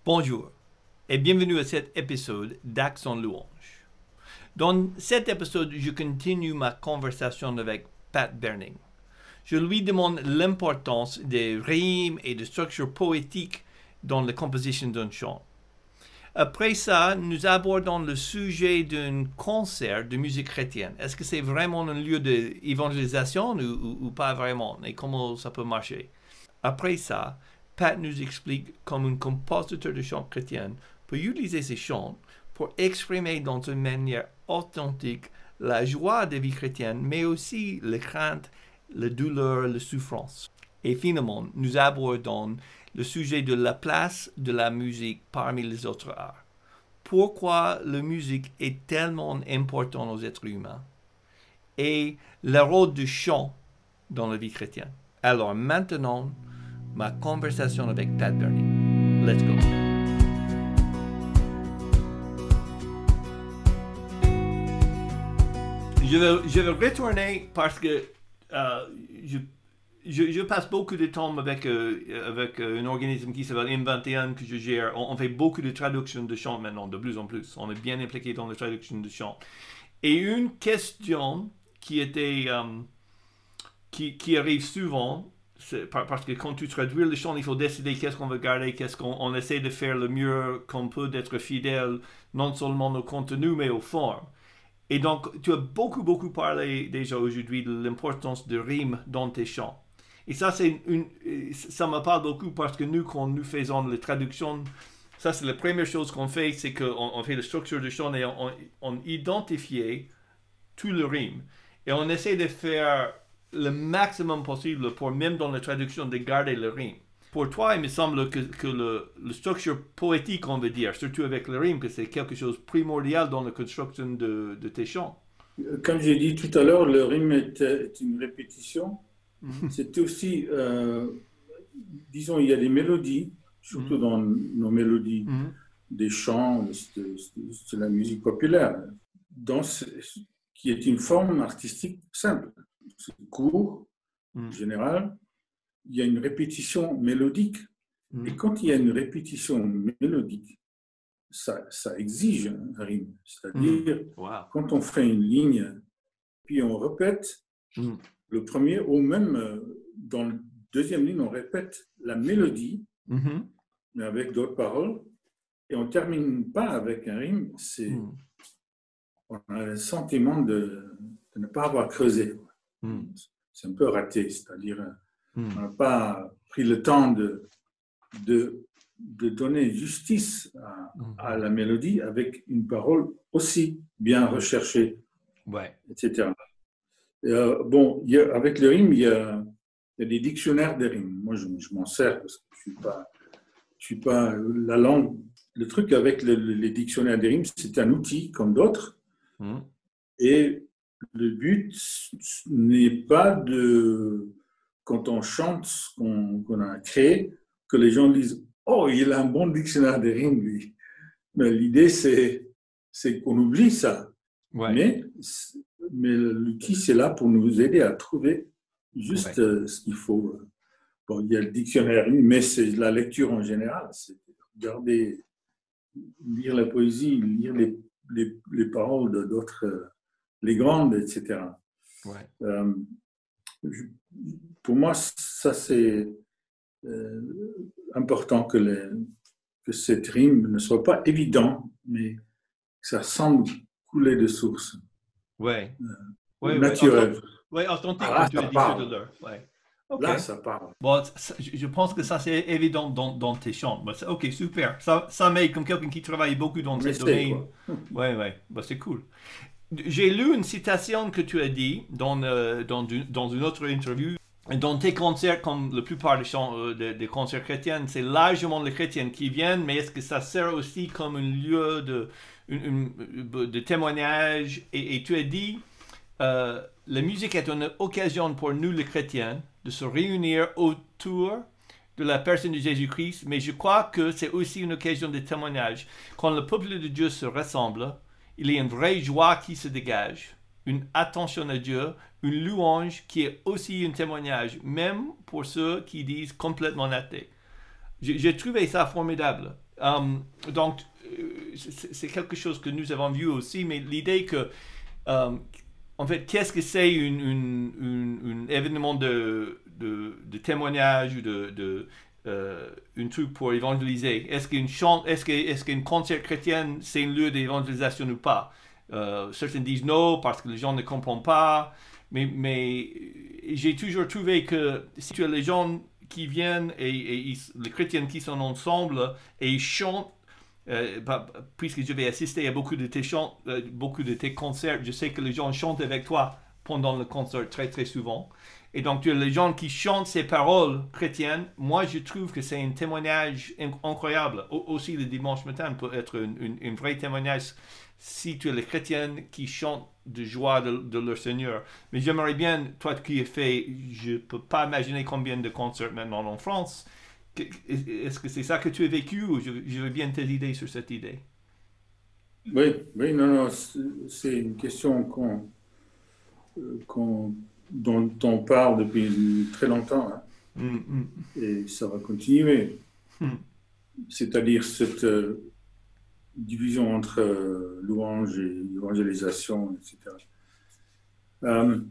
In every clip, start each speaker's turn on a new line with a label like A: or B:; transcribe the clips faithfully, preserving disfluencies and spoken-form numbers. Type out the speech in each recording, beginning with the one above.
A: Bonjour et bienvenue à cet épisode d'Accent Louange. Dans cet épisode, je continue ma conversation avec Pat Berning. Je lui demande l'importance des rimes et des structures poétiques dans la composition d'un chant. Après ça, nous abordons le sujet d'un concert de musique chrétienne. Est-ce que c'est vraiment un lieu d'évangélisation ou, ou, ou pas vraiment? Et comment ça peut marcher? Après ça, Pat nous explique comment un compositeur de chants chrétiens peut utiliser ses chants pour exprimer dans une manière authentique la joie de vie chrétienne, mais aussi les craintes, la douleur, la souffrance. Et finalement, nous abordons le sujet de la place de la musique parmi les autres arts. Pourquoi la musique est tellement importante aux êtres humains et le rôle du chant dans la vie chrétienne. Alors maintenant, ma conversation avec Pat Berning. Let's go. Je vais, je vais retourner parce que euh, je, je, je passe beaucoup de temps avec, euh, avec un organisme qui s'appelle M vingt et un que je gère. On, on fait beaucoup de traductions de chants maintenant, de plus en plus. On est bien impliqué dans la traduction de chants. Et une question qui était, euh, qui, qui arrive souvent, parce que quand tu traduis le chant, il faut décider qu'est-ce qu'on veut garder, qu'est-ce qu'on on essaie de faire le mieux qu'on peut, d'être fidèle non seulement au contenu, mais aux formes. Et donc, tu as beaucoup, beaucoup parlé déjà aujourd'hui de l'importance de rimes dans tes chants. Et ça, c'est une, ça me parle beaucoup parce que nous, quand nous faisons les traductions, ça, c'est la première chose qu'on fait, c'est qu'on on fait la structure du chant et on, on identifie tout le rime. Et on essaie de faire le maximum possible pour, même dans la traduction, de garder le rime. Pour toi, il me semble que, que le, le structure poétique, on veut dire, surtout avec le rime, que c'est quelque chose de primordial dans la construction de, de tes chants.
B: Comme j'ai dit tout à l'heure, le rime est, est une répétition. Mm-hmm. C'est aussi, euh, disons, il y a des mélodies, surtout mm-hmm. dans nos mélodies mm-hmm. des chants, de, de la musique populaire, dans ce, qui est une forme artistique simple. C'est court, mm. en général. Il y a une répétition mélodique. Mm. Et quand il y a une répétition mélodique, ça, ça exige un rime. C'est-à-dire, mm. wow. quand on fait une ligne, puis on répète mm. le premier, ou même dans la deuxième ligne, on répète la mélodie, mm-hmm. mais avec d'autres paroles, et on ne termine pas avec un rime, c'est, mm. on a le sentiment de, de ne pas avoir creusé. Mm. C'est un peu raté, c'est-à-dire mm. on n'a pas pris le temps de, de, de donner justice à, mm. à la mélodie avec une parole aussi bien recherchée,
A: ouais.
B: et cetera. Et, euh, bon, il y a, avec le rime, il y, a, il y a des dictionnaires de rimes. Moi, je, je m'en sers parce que je ne suis pas, je suis pas la langue. Le truc avec le, les dictionnaires de rimes, c'est un outil comme d'autres. Mm. Et le but n'est pas de, quand on chante ce qu'on, qu'on a créé, que les gens disent « Oh, il a un bon dictionnaire de rimes, lui ». Mais l'idée, c'est, c'est qu'on oublie ça. Ouais. Mais, mais l'outil, c'est là pour nous aider à trouver juste ouais. ce qu'il faut. Bon, il y a le dictionnaire, mais c'est la lecture en général. C'est regarder, lire la poésie, lire les, les, les paroles de d'autres... les grandes, et cetera. Ouais. Euh, je, pour moi, ça c'est euh, important que, les, que cette rime ne soit pas évident, mais que ça semble couler de source.
A: Ouais.
B: Euh,
A: ouais
B: naturel.
A: Oui, authentique,
B: ah,
A: comme tu as dit tout à l'heure. Ouais.
B: Okay. Là, ça parle.
A: Bon, ça, je pense que ça, c'est évident dans, dans tes chants. Bah, ok, super. Ça, ça m'aide comme quelqu'un qui travaille beaucoup dans ce domaine. Oui, oui. Bah, c'est cool. J'ai lu une citation que tu as dit dans, euh, dans, du, dans une autre interview. Dans tes concerts, comme la plupart des, chants, euh, des, des concerts chrétiens, c'est largement les chrétiens qui viennent, mais est-ce que ça sert aussi comme un lieu de, une, une, de témoignage? Et, et tu as dit, euh, la musique est une occasion pour nous les chrétiens de se réunir autour de la personne de Jésus-Christ, mais je crois que c'est aussi une occasion de témoignage. Quand le peuple de Dieu se rassemble, il y a une vraie joie qui se dégage, une attention à Dieu, une louange qui est aussi un témoignage, même pour ceux qui disent complètement athées. J'ai trouvé ça formidable. Um, donc, c'est quelque chose que nous avons vu aussi, mais l'idée que, um, en fait, qu'est-ce que c'est un événement de, de, de témoignage ou de, de euh, un truc pour évangéliser? Est-ce qu'une chant, est-ce que, est-ce qu'une concert chrétienne, c'est un lieu d'évangélisation ou pas? Euh, certains disent non parce que les gens ne comprennent pas, mais, mais j'ai toujours trouvé que si tu as les gens qui viennent et, et ils, les chrétiens qui sont ensemble et ils chantent, euh, bah, puisque je vais assister à beaucoup de tes chants, euh, beaucoup de tes concerts, je sais que les gens chantent avec toi pendant le concert très très souvent. Et donc tu as les gens qui chantent ces paroles chrétiennes. Moi, je trouve que c'est un témoignage incroyable. Au, aussi le dimanche matin peut être un, un, un vrai témoignage si tu es les chrétiennes qui chantent de joie de, de leur Seigneur. Mais j'aimerais bien, toi qui as fait, je ne peux pas imaginer combien de concerts maintenant en France. Est-ce que c'est ça que tu as vécu ou je, je veux bien tes idées sur cette idée?
B: Oui, oui, non, non, c'est une question qu'on, qu'on, dont on parle depuis très longtemps, hein. Mm, mm. Et ça va continuer. Mm. C'est-à-dire cette euh, division entre euh, louange et évangélisation, et cetera. Euh,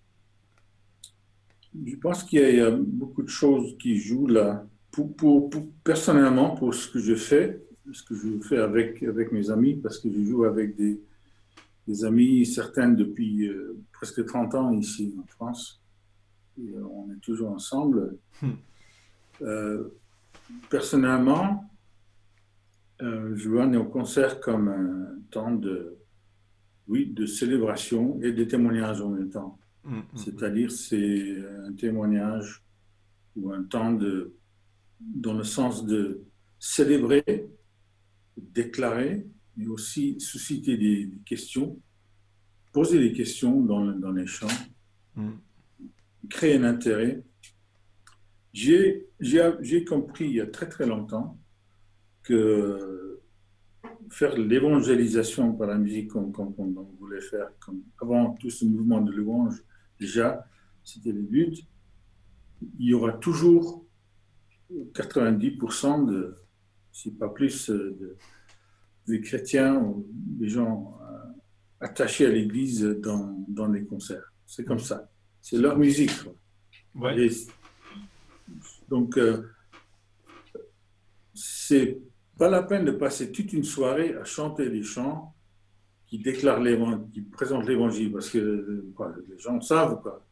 B: je pense qu'il y, y a beaucoup de choses qui jouent là. Pour, pour, pour, personnellement, pour ce que je fais, ce que je fais avec, avec mes amis, parce que je joue avec des, des amis, certains depuis euh, presque trente ans ici en France, et on est toujours ensemble. Hmm. Euh, personnellement, euh, je vois nos concerts comme un temps de, oui, de célébration et de témoignage en même temps. Hmm. C'est-à-dire, c'est un témoignage ou un temps de, dans le sens de célébrer, déclarer, mais aussi susciter des, des questions, poser des questions dans, dans les chants, mm. créer un intérêt. J'ai, j'ai, j'ai compris il y a très très longtemps que faire l'évangélisation par la musique comme, comme, comme on voulait faire, comme avant tout ce mouvement de louange, déjà, c'était le but, il y aura toujours quatre-vingt-dix pour cent de, si pas plus, de, des chrétiens ou des gens euh, attachés à l'église dans, dans les concerts. C'est comme ça. C'est leur musique.
A: Ouais.
B: Et donc, euh, c'est pas la peine de passer toute une soirée à chanter les chants qui déclarent l'évangile, qui présentent l'évangile, parce que quoi, les gens savent, quoi.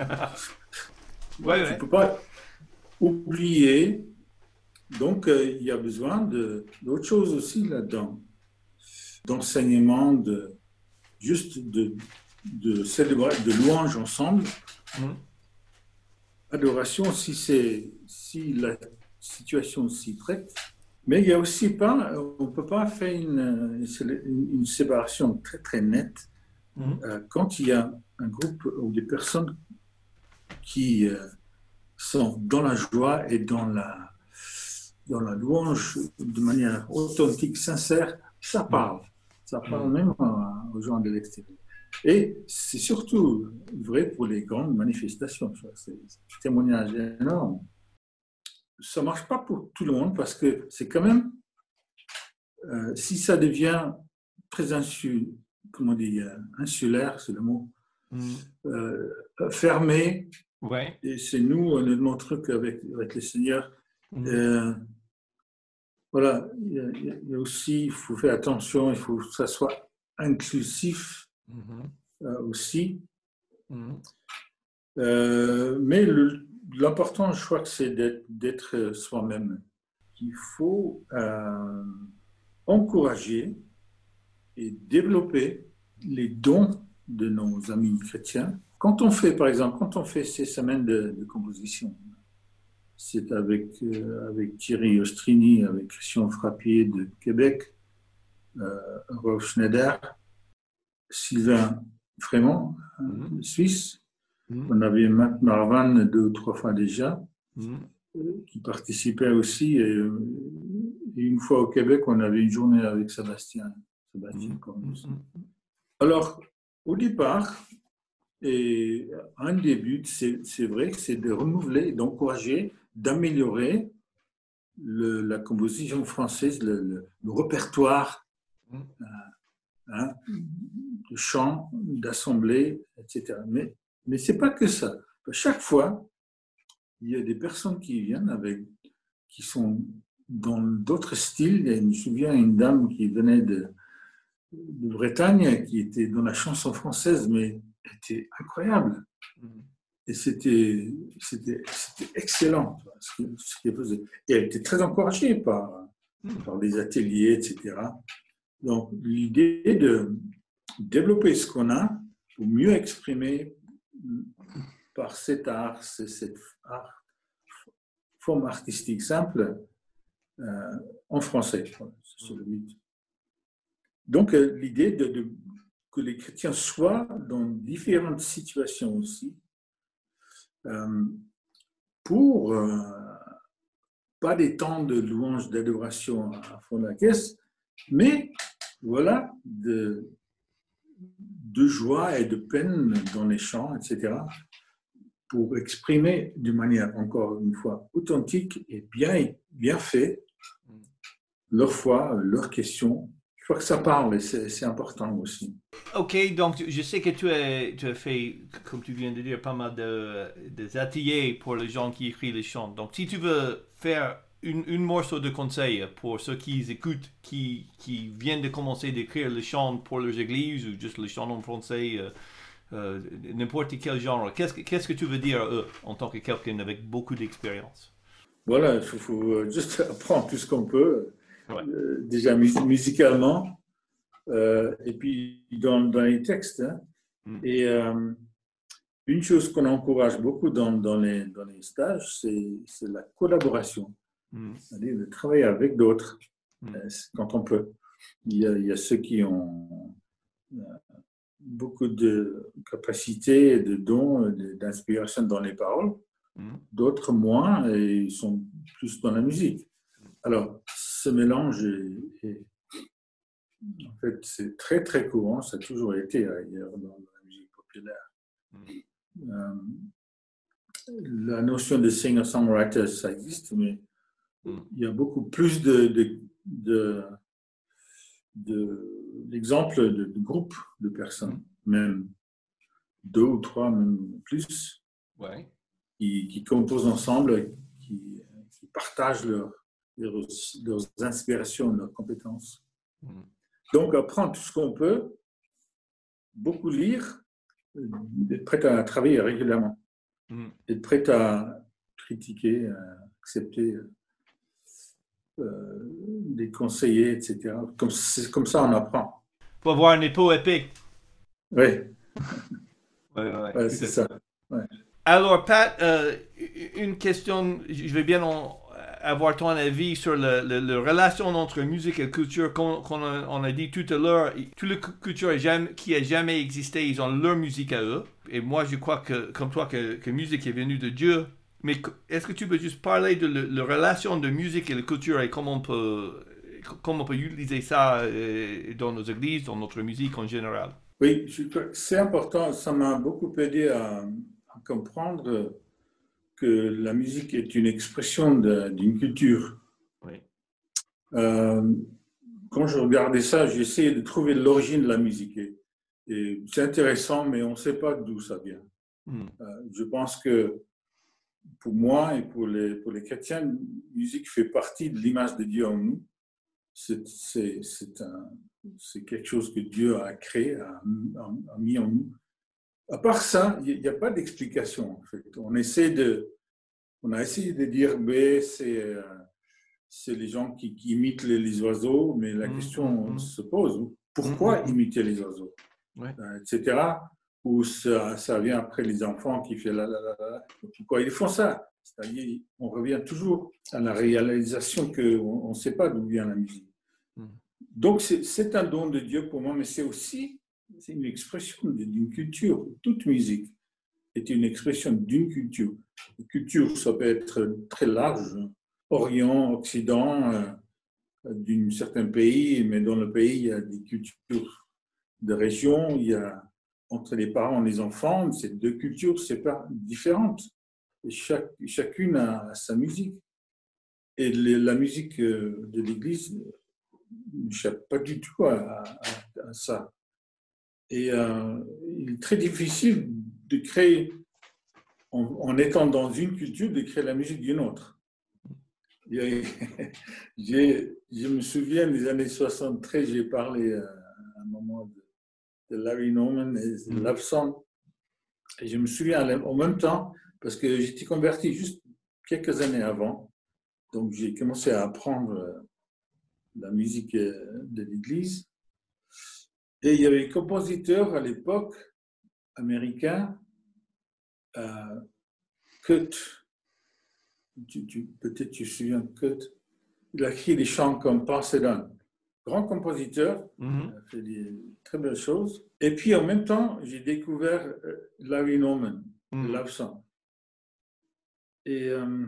A: Ouais,
B: tu ne
A: ouais.
B: peux pas oublier. Donc, euh, il y a besoin de, d'autre chose aussi là-dedans, d'enseignement, de, juste de, de célébrer, de louange ensemble. Mmh. Adoration, si, c'est, si la situation s'y prête. Mais il y a aussi pas, on ne peut pas faire une, une, une séparation très, très nette. Mmh. Euh, quand il y a un groupe ou des personnes qui euh, sont dans la joie et dans la, dans la louange de manière authentique, sincère, ça parle. Ça parle même aux gens de l'extérieur. Et c'est surtout vrai pour les grandes manifestations. C'est un témoignage énorme. Ça ne marche pas pour tout le monde parce que c'est quand même, euh, si ça devient très insu, comment dire, insulaire, c'est le mot, mm. euh, fermé,
A: ouais.
B: Et c'est nous, notre truc avec, avec les seigneurs. Mm. Euh, voilà, il y, a, il y a aussi, il faut faire attention, il faut que ça soit inclusif. Mm-hmm. Euh, aussi. Mmh. Euh, mais le, l'important, je crois que c'est d'être, d'être soi-même. Il faut euh, encourager et développer les dons de nos amis chrétiens. Quand on fait, par exemple, quand on fait ces semaines de, de composition, c'est avec, euh, avec Thierry Ostrini, avec Christian Frappier de Québec, euh, Rolf Schneider, Sylvain Frémont, mmh. Suisse. Mmh. On avait Matt Marvan deux ou trois fois déjà, mmh. euh, qui participait aussi. Et, euh, et une fois au Québec, on avait une journée avec Sébastien. Sébastien mmh. Cornus. Mmh. Alors, au départ, et un des buts, c'est, c'est vrai que c'est de renouveler, d'encourager, d'améliorer le, la composition française, le, le, le répertoire
A: Mm.
B: euh, hein, de chants, d'assemblées, et cetera. Mais, mais ce n'est pas que ça. Chaque fois, il y a des personnes qui viennent avec, qui sont dans d'autres styles. Et je me souviens d'une dame qui venait de, de Bretagne, qui était dans la chanson française, mais était incroyable. Mm. Et c'était, c'était, c'était excellent ce qu'elle faisait. Et elle était très encouragée par, par des ateliers, et cetera. Donc, l'idée de développer ce qu'on a pour mieux exprimer par cet art, cette art, forme artistique simple euh, en français. C'est le but. Donc, euh, l'idée de, de, que les chrétiens soient dans différentes situations aussi, euh, pour euh, pas des temps de louange, d'adoration à fond de la caisse, mais voilà, de, de joie et de peine dans les chants, et cetera, pour exprimer d'une manière, encore une fois, authentique et bien, bien fait leur foi, leurs questions. Je crois que ça parle et c'est, c'est important aussi.
A: Ok, donc je sais que tu as, tu as fait, comme tu viens de dire, pas mal de, de ateliers pour les gens qui écrivent les chants. Donc si tu veux faire une, une morceau de conseil pour ceux qui écoutent, qui, qui viennent de commencer d'écrire les chants pour leurs églises ou juste les chants en français, euh, euh, n'importe quel genre, qu'est-ce que, qu'est-ce que tu veux dire à eux en tant que quelqu'un avec beaucoup d'expérience?
B: Voilà, il faut, faut juste apprendre tout ce qu'on peut,
A: ouais.
B: euh, déjà musicalement. Euh, et puis dans, dans les textes. Hein. Mm. Et euh, une chose qu'on encourage beaucoup dans, dans, les, dans les stages, c'est, c'est la collaboration. Mm. C'est-à-dire de travailler avec d'autres mm. euh, quand on peut. Il y a, il y a ceux qui ont euh, beaucoup de capacités, de dons, d'inspiration dans les paroles, mm. d'autres moins, et ils sont plus dans la musique. Alors, ce mélange est, est en fait, c'est très, très courant, ça a toujours été ailleurs dans la musique populaire. Mm. Euh, la notion de singer-songwriter, ça existe, mais mm. il y a beaucoup plus de, de, de, de, d'exemples de, de groupes de personnes, mm. même deux ou trois, même plus, ouais. qui, qui composent ensemble, qui, qui partagent leur, leurs, leurs inspirations, leurs compétences. Mm. Donc, apprendre tout ce qu'on peut, beaucoup lire, être prêt à travailler régulièrement, mm. être prêt à critiquer, à accepter, euh, les conseiller, et cetera. Comme, c'est comme ça on apprend.
A: Il faut avoir un épaule épais.
B: Oui.
A: ouais, ouais,
B: ouais, c'est ça. Ouais.
A: Alors, Pat, euh, une question, je vais bien en avoir ton avis sur la relation entre musique et culture. Comme, comme on a dit tout à l'heure, toute la culture qui a jamais existé, ils ont leur musique à eux. Et moi, je crois que, comme toi, que, que musique est venue de Dieu. Mais est-ce que tu peux juste parler de la, la relation de musique et de culture et comment on peut, comment on peut utiliser ça dans nos églises, dans notre musique en général?
B: Oui, c'est important. Ça m'a beaucoup aidé à, à comprendre que la musique est une expression de, d'une culture. Oui. Euh, quand je regardais ça, j'essayais de trouver l'origine de la musique. Et, et c'est intéressant, mais on ne sait pas d'où ça vient. Mm. Euh, je pense que pour moi et pour les, pour les chrétiens, la musique fait partie de l'image de Dieu en nous. C'est, c'est, c'est, un, c'est quelque chose que Dieu a créé, a, a, a mis en nous. À part ça, il n'y a, a pas d'explication, en fait. On essaie de, on a essayé de dire, ben, c'est, euh, c'est les gens qui, qui imitent les, les oiseaux, mais la mmh, question mmh. se pose, pourquoi mmh. imiter les oiseaux, ouais. euh, et cetera. Ou ça, ça vient après les enfants qui font la la la la. Pourquoi ils font ça? C'est-à-dire, on revient toujours à la réalisation qu'on ne sait pas d'où vient la musique. Mmh. Donc, c'est, c'est un don de Dieu pour moi, mais c'est aussi c'est une expression d'une culture. Toute musique est une expression d'une culture. Une culture, ça peut être très large, Orient, Occident, euh, d'un certain pays, mais dans le pays, il y a des cultures de région, il y a entre les parents et les enfants, c'est deux cultures c'est pas différentes. Et chaque, chacune a sa musique. et les, la musique de l'Église n'échappe pas du tout à, à, à ça. Et euh, il est très difficile de créer, en, en étant dans une culture, de créer la musique d'une autre. J'ai, je me souviens des années soixante-treize, j'ai parlé à un moment de, de Larry Norman et de Love Song. Et je me souviens en même temps, parce que j'étais converti juste quelques années avant, donc j'ai commencé à apprendre la musique de l'Église. Et il y avait un compositeur à l'époque, américain, euh, Kurt. Tu, tu, peut-être tu te souviens de Kurt. Il a écrit des chants comme Parsedon. Grand compositeur, mm-hmm. Il a fait des très belles choses. Et puis en même temps, j'ai découvert euh, Larry Norman, mm-hmm. de Love Song. Et euh,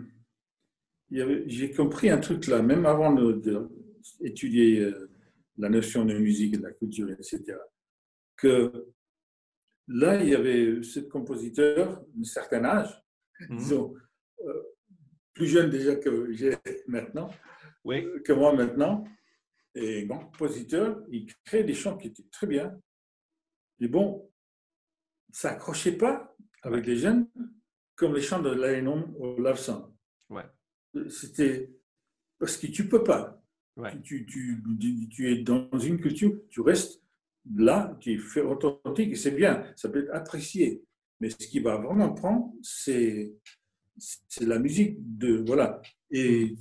B: j'ai compris un truc là, même avant d'étudier euh, la notion de musique et de la culture, et cetera, que là, il y avait ce compositeur d'un certain âge, mm-hmm. disons, euh, plus jeune déjà que j'ai maintenant, oui. que moi maintenant, et grand compositeur, il crée des chants qui étaient très bien. Mais bon, ça n'accrochait pas avec ouais. les jeunes, comme les chants de Larry Norman ou Love Song.
A: Ouais.
B: C'était parce que tu ne peux pas.
A: Ouais.
B: Tu, tu, tu, tu es dans une culture, tu restes là, tu es authentique, et c'est bien, ça peut être apprécié. Mais ce qui va vraiment prendre, c'est, c'est la musique de. Voilà. Et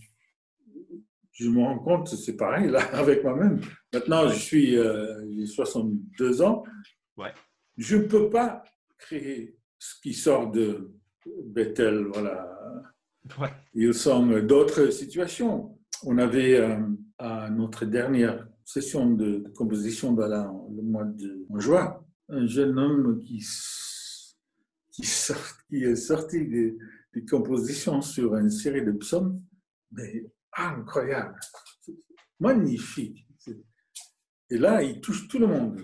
B: je me rends compte, c'est pareil là avec moi-même. Maintenant, je suis euh, j'ai soixante-deux ans.
A: Ouais.
B: Je ne peux pas créer ce qui sort de Bethel, voilà.
A: Ouais.
B: Il semble d'autres situations. On avait euh, à notre dernière session de, de composition voilà, le mois de en juin, un jeune homme qui, qui, sort, qui est sorti des, des compositions sur une série de psaumes, mais incroyable, magnifique. Et là, il touche tout le monde.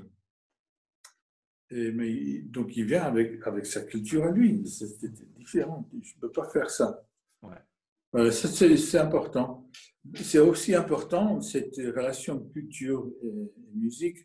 B: Et, mais, donc, il vient avec, avec sa culture à lui. C'était différent. Je ne peux pas faire ça.
A: Ouais.
B: Voilà, ça, c'est, c'est important. C'est aussi important, cette relation culture et, et musique,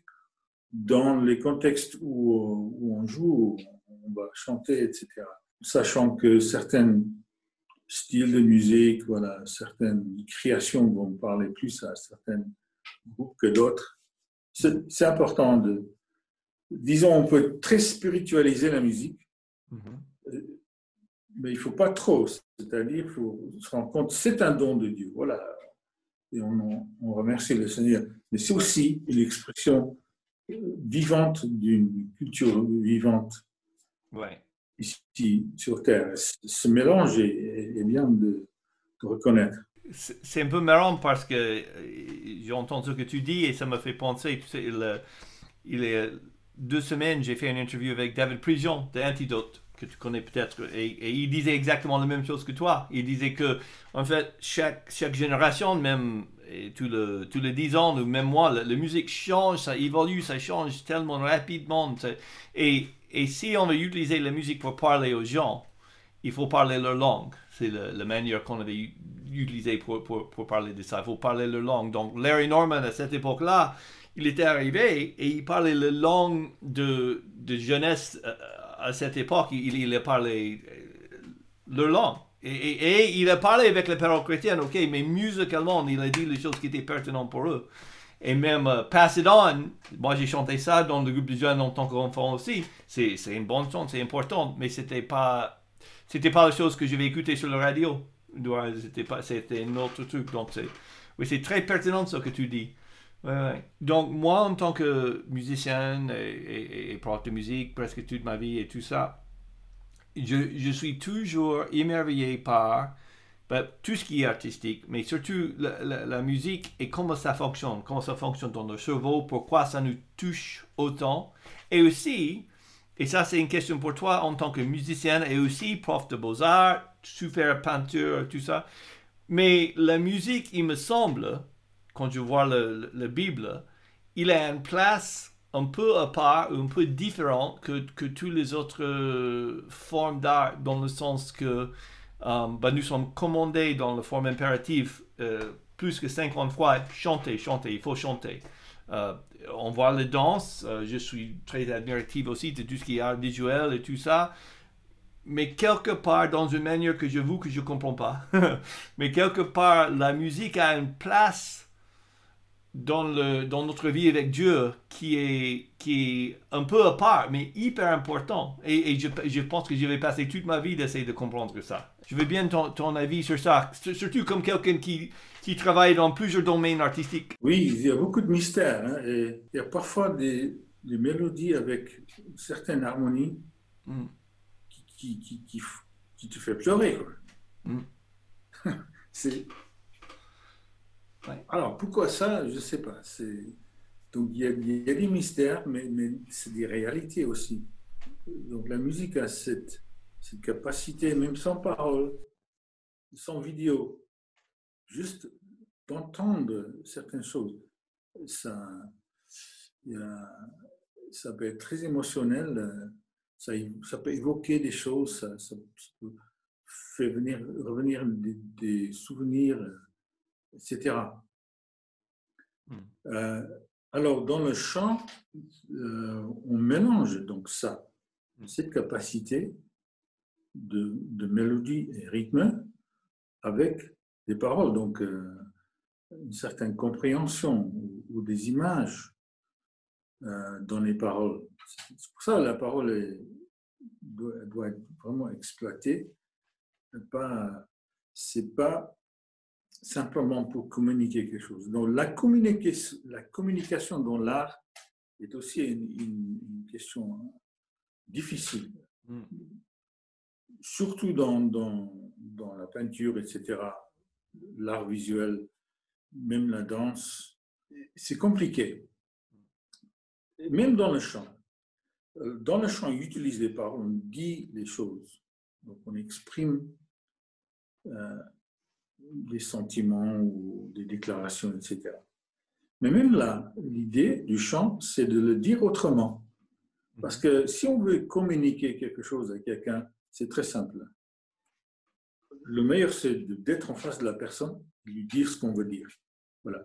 B: dans les contextes où, où on joue, où on va chanter, et cetera. Sachant que certains styles de musique, voilà, certaines créations vont parler plus à certains groupes que d'autres. C'est, c'est important de... Disons, on peut très spiritualiser la musique, mm-hmm. mais il ne faut pas trop. C'est-à-dire, il faut se rendre compte que c'est un don de Dieu. Voilà. Et on, on remercie le Seigneur. Mais c'est aussi une expression vivante d'une culture vivante
A: ouais.
B: ici sur Terre. Ce mélange est, est bien de, de reconnaître.
A: C'est, c'est un peu marrant parce que j'entends ce que tu dis et ça me fait penser. Il, il est deux semaines, j'ai fait une interview avec David Prison de Antidote, que tu connais peut-être, et, et il disait exactement la même chose que toi. Il disait que, en fait, chaque, chaque génération, même tous les tous les dix ans, ou même moi, la, la musique change, ça évolue, ça change tellement rapidement. Et, et si on veut utiliser la musique pour parler aux gens, il faut parler leur langue. C'est la, la manière qu'on avait utilisée pour, pour, pour parler de ça. Il faut parler leur langue. Donc, Larry Norman, à cette époque-là, il était arrivé et il parlait la langue de, de jeunesse à cette époque. Il, il a parlé leur langue. Et, et, et il a parlé avec les paroles chrétiennes, ok, mais musicalement, il a dit les choses qui étaient pertinentes pour eux. Et même uh, Pass It On, moi j'ai chanté ça dans le groupe de jeunes en tant qu'enfant aussi. C'est, c'est une bonne chose, c'est important, mais c'était pas, c'était pas la chose que je vais écouter sur la radio. C'était, pas, c'était un autre truc. Donc c'est, oui, c'est très pertinent ce que tu dis. Ouais, ouais. Donc, moi, en tant que musicien et, et, et prof de musique, presque toute ma vie et tout ça, je, je suis toujours émerveillé par ben, tout ce qui est artistique, mais surtout la, la, la musique et comment ça fonctionne, comment ça fonctionne dans le cerveau, pourquoi ça nous touche autant. Et aussi, et ça c'est une question pour toi en tant que musicien et aussi prof de beaux-arts, super peinture, tout ça, mais la musique, il me semble... Quand je vois le, le, la Bible, il a une place un peu à part, un peu différente que, que toutes les autres formes d'art, dans le sens que euh, bah, nous sommes commandés dans la forme impérative euh, plus que cinquante fois, chanter, chanter, il faut chanter. Euh, on voit les danses, euh, je suis très admiratif aussi de tout ce qui est art visuel et tout ça, mais quelque part dans une manière que j'avoue que je ne comprends pas, mais quelque part la musique a une place dans, le, dans notre vie avec Dieu qui est, qui est un peu à part, mais hyper important. Et, et je, je pense que je vais passer toute ma vie d'essayer de comprendre ça. Je veux bien ton, ton avis sur ça, surtout comme quelqu'un qui, qui travaille dans plusieurs domaines artistiques.
B: Oui, il y a beaucoup de mystères. Hein, et il y a parfois des, des mélodies avec une certaine harmonie mm. qui, qui, qui, qui, qui te fait pleurer. Quoi. Mm. C'est... Ouais. Alors, pourquoi ça? Je ne sais pas. C'est... Donc, il y, a, il y a des mystères, mais, mais c'est des réalités aussi. Donc, la musique a cette, cette capacité, même sans parole, sans vidéo, juste d'entendre certaines choses. Ça, il y a, ça peut être très émotionnel, ça, ça peut évoquer des choses, ça, ça, ça peut faire venir, revenir des, des souvenirs, et cetera. Mm. Euh, alors, dans le chant, euh, on mélange donc ça, cette capacité de, de mélodie et rythme avec des paroles, donc euh, une certaine compréhension ou, ou des images euh, dans les paroles. C'est pour ça que la parole est, doit, doit être vraiment exploitée. Pas, c'est pas simplement pour communiquer quelque chose. Donc, la communication, la communication dans l'art est aussi une, une, une question difficile. Mm. Surtout dans, dans, dans la peinture, et cetera, l'art visuel, même la danse, c'est compliqué. Même dans le chant. Dans le chant, on utilise les paroles, on dit les choses. Donc, on exprime euh, des sentiments ou des déclarations, et cetera. Mais même là, l'idée du chant, c'est de le dire autrement. Parce que si on veut communiquer quelque chose à quelqu'un, c'est très simple. Le meilleur, c'est d'être en face de la personne et lui dire ce qu'on veut dire. Voilà.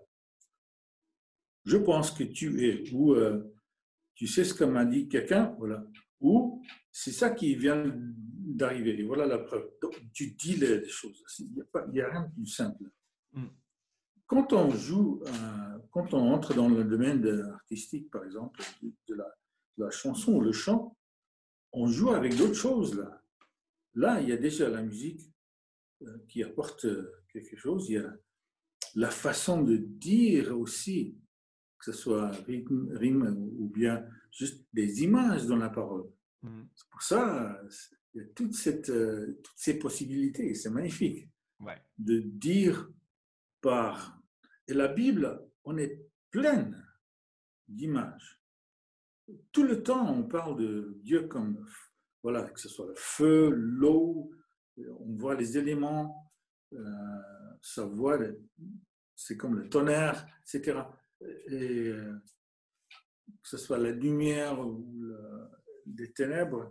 B: Je pense que tu es, ou euh, tu sais ce que m'a dit quelqu'un, voilà. Ou c'est ça qui vient d'arriver. Et voilà la preuve. Donc, tu dis les, les choses. Il n'y a, pas, il y a rien de plus simple. Mm. Quand on joue, euh, quand on entre dans le domaine de, artistique, par exemple, de, de, la, de la chanson ou le chant, on joue avec d'autres choses là. Là, il y a déjà la musique euh, qui apporte quelque chose. Il y a la façon de dire aussi, que ce soit rythme, rime ou bien juste des images dans la parole. Mm. C'est pour ça il y a toute cette, euh, toutes ces possibilités. C'est magnifique. Ouais. De dire par... Et la Bible, on est pleine d'images. Tout le temps, on parle de Dieu comme, voilà, que ce soit le feu, l'eau, on voit les éléments, euh, ça voit, c'est comme le tonnerre, et cetera. Et euh, que ce soit la lumière ou le, des ténèbres,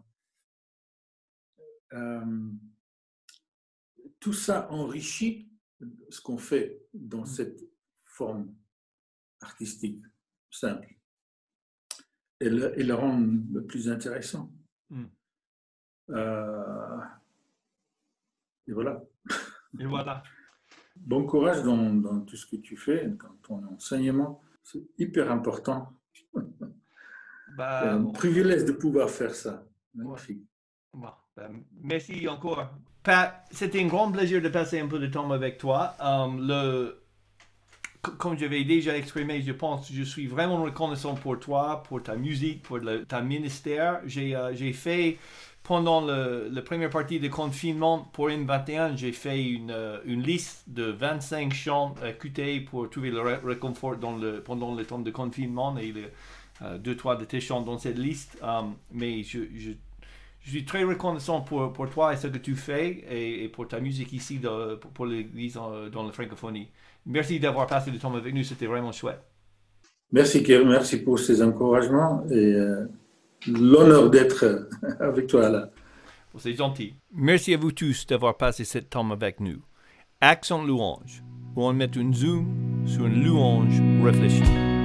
B: euh, tout ça enrichit ce qu'on fait dans cette forme artistique simple et le, et le rend le plus intéressant. Mm. Euh, et voilà.
A: Et voilà.
B: Bon courage dans, dans tout ce que tu fais, dans ton enseignement. C'est hyper important. Bah, c'est un bon. privilège de pouvoir faire ça. Magnifique.
A: Ouais. Bon, ben, merci encore. Pat, c'était un grand plaisir de passer un peu de temps avec toi. Um, le, comme j'avais déjà exprimé, je pense, je suis vraiment reconnaissant pour toi, pour ta musique, pour le, ta ministère. J'ai, euh, j'ai fait, pendant le, la première partie de confinement pour M vingt et un, j'ai fait une, euh, une liste de vingt-cinq chants écoutés pour trouver le réconfort dans le, pendant le temps de confinement et le, euh, deux, trois de tes chants dans cette liste. Um, mais je, je Je suis très reconnaissant pour, pour toi et ce que tu fais et, et pour ta musique ici de, pour, pour l'Église dans la francophonie. Merci d'avoir passé du temps avec nous, c'était vraiment chouette.
B: Merci Kevin, merci pour ces encouragements et euh, l'honneur d'être avec toi là.
A: C'est gentil. Merci à vous tous d'avoir passé ce temps avec nous. Accent louange, où on met un zoom sur une louange réfléchie.